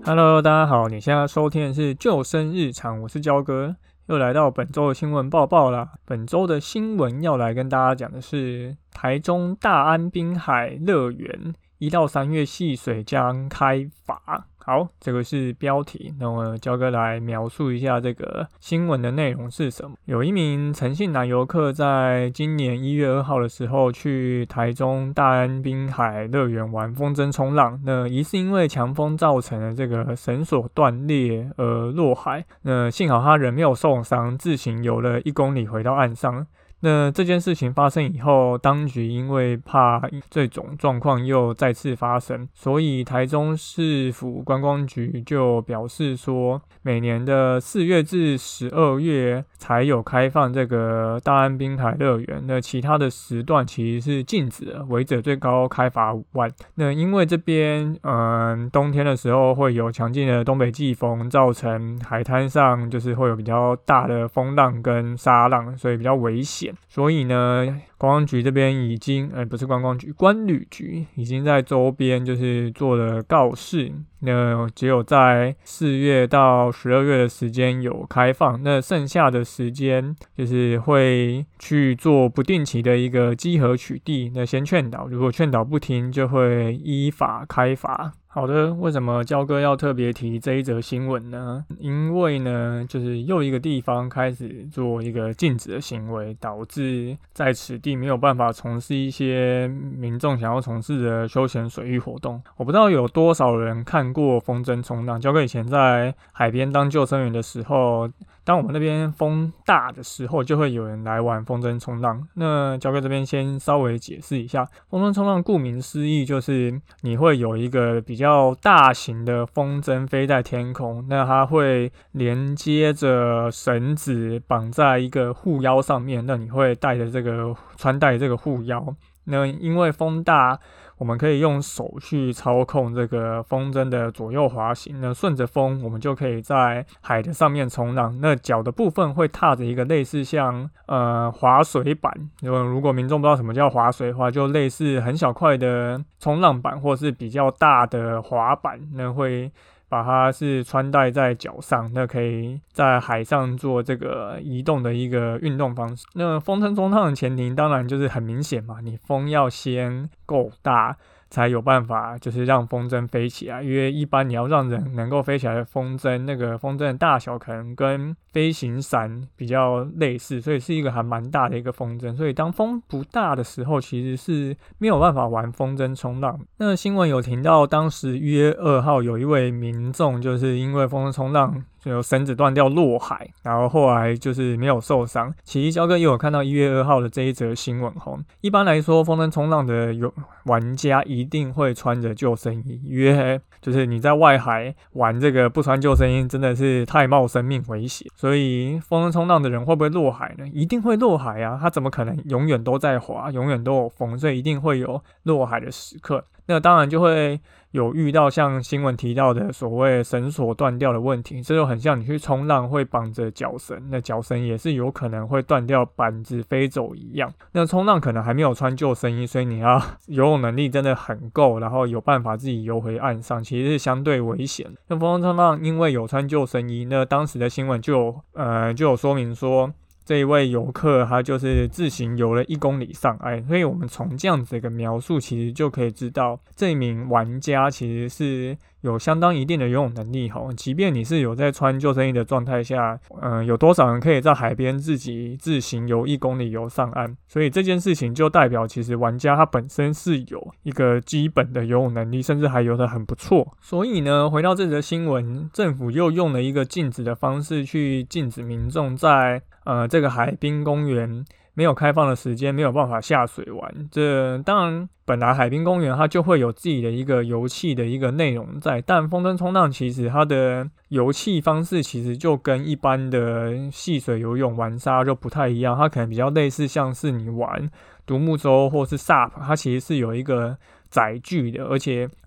Hello， 大家好，你现在收听的是救生日常，我是焦哥，又来到本周的新闻报报啦。本周的新闻要来跟大家讲的是台中大安滨海乐园1到3月戏水将开罚。好，这个是标题，那我焦哥来描述一下这个新闻的内容是什么。有一名陈姓男游客在今年1月2号的时候去台中大安滨海乐园玩风筝冲浪，那疑似因为强风造成的这个绳索断裂而落海，那幸好他人没有受伤，自行游了1公里回到岸上。那这件事情发生以后，当局因为怕这种状况又再次发生，所以台中市府观光局就表示说，每年的4月至12月才有开放这个大安滨海乐园，那其他的时段其实是禁止的，违者最高开罚5万。那因为这边冬天的时候会有强劲的东北季风，造成海滩上就是会有比较大的风浪跟沙浪，所以比较危险。所以呢，观光局这边已经不是观光局，观旅局已经在周边就是做了告示，那只有在4月到12月的时间有开放，那剩下的时间就是会去做不定期的一个稽核取缔，那先劝导，如果劝导不听，就会依法开罚。好的，为什么焦哥要特别提这一则新闻呢？因为呢，就是又一个地方开始做一个禁止的行为，导致在此地没有办法从事一些民众想要从事的休闲水域活动。我不知道有多少人看过风筝冲浪，焦哥以前在海边当救生员的时候，当我们那边风大的时候，就会有人来玩风筝冲浪。那焦哥这边先稍微解释一下，风筝冲浪顾名思义就是你会有一个比较大型的风筝飞在天空，那它会连接着绳子绑在一个护腰上面，那你会穿戴这个护腰。那因为风大，我们可以用手去操控这个风筝的左右滑行，那顺着风我们就可以在海的上面冲浪，那脚的部分会踏着一个类似像滑水板，如果民众不知道什么叫滑水的话，就类似很小块的冲浪板或是比较大的滑板，那会把它是穿戴在脚上，那可以在海上做这个移动的一个运动方式。那风筝冲浪的前提当然就是很明显嘛，你风要先够大，才有办法就是让风筝飞起来，因为一般你要让人能够飞起来的风筝，那个风筝的大小可能跟飞行伞比较类似，所以是一个还蛮大的一个风筝，所以当风不大的时候其实是没有办法玩风筝冲浪。那新闻有提到当时1月2号有一位民众就是因为风筝冲浪有绳子断掉落海，然后后来就是没有受伤。其实焦哥也有看到1月2号的这一则新闻吼。一般来说，风筝冲浪的玩家一定会穿着救生衣，因为就是你在外海玩这个不穿救生衣真的是太冒生命危险。所以风筝冲浪的人会不会落海呢？一定会落海啊，他怎么可能永远都在滑，永远都有风，所以一定会有落海的时刻。那当然就会有遇到像新闻提到的所谓绳索断掉的问题，这就很像你去冲浪会绑着脚绳，那脚绳也是有可能会断掉，板子飞走一样。那冲浪可能还没有穿救生衣，所以你要游泳能力真的很够，然后有办法自己游回岸上，其实是相对危险。那风筝冲浪因为有穿救生衣，那当时的新闻就有说明说，这一位游客他就是自行游了1公里上岸，所以我们从这样子的一个描述其实就可以知道这一名玩家其实是有相当一定的游泳能力吼，即便你是有在穿救生衣的状态下，有多少人可以在海边自行游1公里游上岸？所以这件事情就代表其实玩家他本身是有一个基本的游泳能力，甚至还游得很不错。所以呢，回到这则新闻，政府又用了一个禁止的方式去禁止民众在这个海滨公园没有开放的时间没有办法下水玩。这当然本来海滨公园它就会有自己的一个游憩的一个内容在，但风筝冲浪其实它的游憩方式其实就跟一般的戏水游泳玩沙就不太一样，它可能比较类似像是你玩独木舟或是 SUP， 它其实是有一个载具的，而且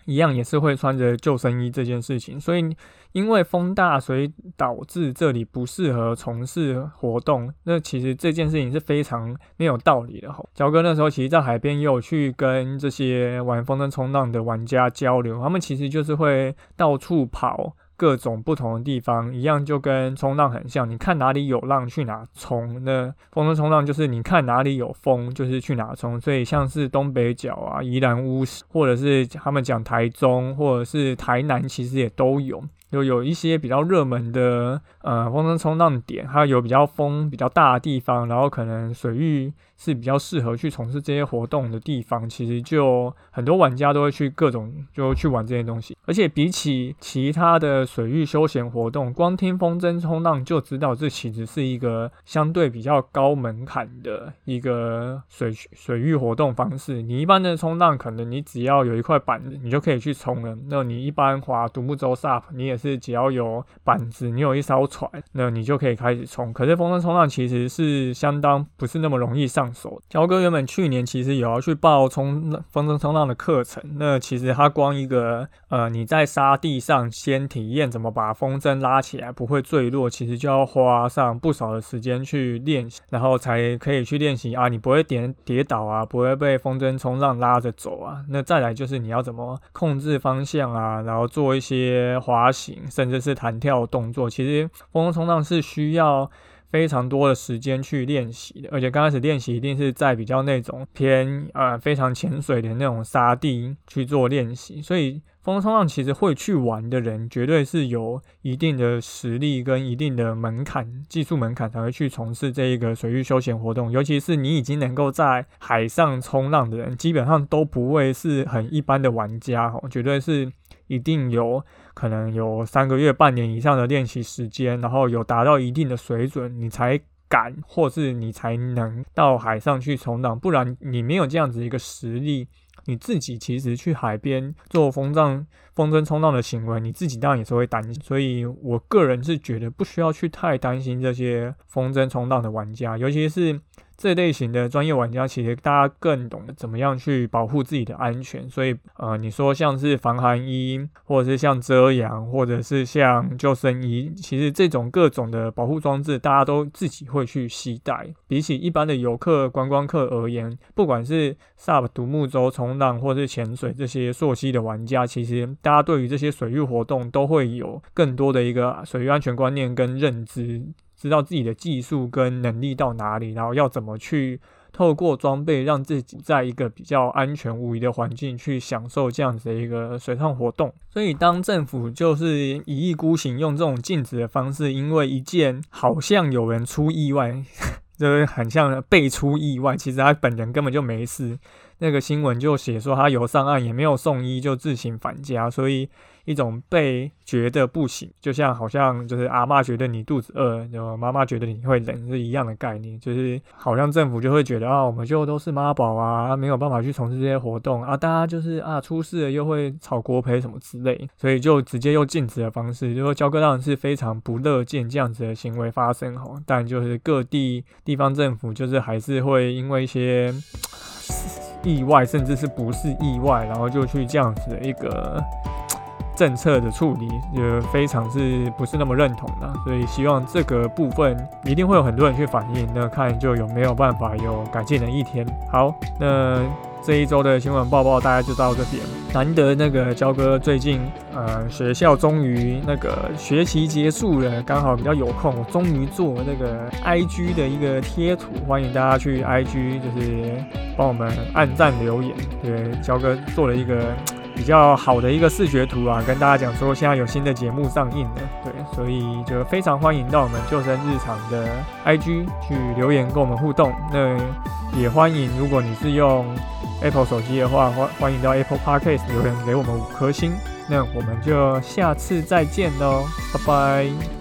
一样也是会穿着救生衣这件事情，所以因为风大，所以导致这里不适合从事活动。那其实这件事情是非常没有道理的。焦哥那时候其实在海边也有去跟这些玩风筝冲浪的玩家交流，他们其实就是会到处跑各种不同的地方，一样就跟冲浪很像，你看哪里有浪去哪冲。那风筝冲浪就是你看哪里有风就是去哪冲，所以像是东北角啊、宜兰乌石，或者是他们讲台中或者是台南，其实也都有一些比较热门的风筝冲浪点，还有比较风比较大的地方，然后可能水域是比较适合去从事这些活动的地方，其实就很多玩家都会去各种就去玩这些东西。而且比起其他的水域休闲活动，光听风筝冲浪就知道这其实是一个相对比较高门槛的一个水域活动方式。你一般的冲浪可能你只要有一块板子你就可以去冲了，那你一般划独木舟 SUP 你也是只要有板子，你有一艘船，那你就可以开始冲。可是风筝冲浪其实是相当不是那么容易上手。焦哥原本去年其实有要去报风筝冲浪的课程，那其实它光一个你在沙地上先体验怎么把风筝拉起来不会坠落，其实就要花上不少的时间去练习，然后才可以去练习你不会跌倒啊，不会被风筝冲浪拉着走啊。那再来就是你要怎么控制方向啊，然后做一些滑行甚至是弹跳动作，其实风筝冲浪是需要非常多的时间去练习的，而且刚开始练习一定是在比较那种偏非常潜水的那种沙地去做练习，所以风筝冲浪其实会去玩的人绝对是有一定的实力跟一定的门槛，技术门槛才会去从事这一个水域休闲活动。尤其是你已经能够在海上冲浪的人，基本上都不会是很一般的玩家，绝对是一定可能有3个月、半年以上的练习时间，然后有达到一定的水准，你才敢或是你才能到海上去冲浪，不然你没有这样子一个实力，你自己其实去海边做风筝冲浪的行为，你自己当然也是会担心。所以我个人是觉得不需要去太担心这些风筝冲浪的玩家，尤其是这类型的专业玩家，其实大家更懂得怎么样去保护自己的安全。所以你说像是防寒衣，或者是像遮阳，或者是像救生衣，其实这种各种的保护装置大家都自己会去携带。比起一般的游客观光客而言，不管是 SUP 独木舟冲浪或是潜水这些溯溪的玩家，其实大家对于这些水域活动都会有更多的一个水域安全观念跟认知，知道自己的技术跟能力到哪里，然后要怎么去透过装备让自己在一个比较安全无虞的环境去享受这样子的一个水上活动。所以当政府就是一意孤行用这种禁止的方式，因为一件好像有人出意外就是很像被出意外，其实他本人根本就没事，那个新闻就写说他游上岸也没有送医就自行返家，所以一种被觉得不行，就像好像就是阿嬷觉得你肚子饿，妈妈觉得你会冷是一样的概念，就是好像政府就会觉得我们就都是妈宝没有办法去从事这些活动大家就是出事了又会炒国赔什么之类，所以就直接用禁止的方式，就说焦哥当然是非常不乐见这样子的行为发生但就是各地方政府就是还是会因为一些意外甚至是不是意外，然后就去这样子的一个政策的处理，非常是不是那么认同的，所以希望这个部分一定会有很多人去反映，那看就有没有办法有改进的一天。好，那这一周的新闻报大概就到这边。难得那个焦哥最近学校终于那个学期结束了，刚好比较有空，我终于做那个 IG 的一个贴图，欢迎大家去 IG 就是帮我们按赞留言。对，焦哥做了一个比较好的一个视觉图跟大家讲说现在有新的节目上映了，对，所以就非常欢迎到我们救生日常的 IG 去留言跟我们互动。那也欢迎如果你是用 Apple 手机的话，欢迎到 Apple Podcast 留言给我们5颗星。那我们就下次再见咯，拜拜。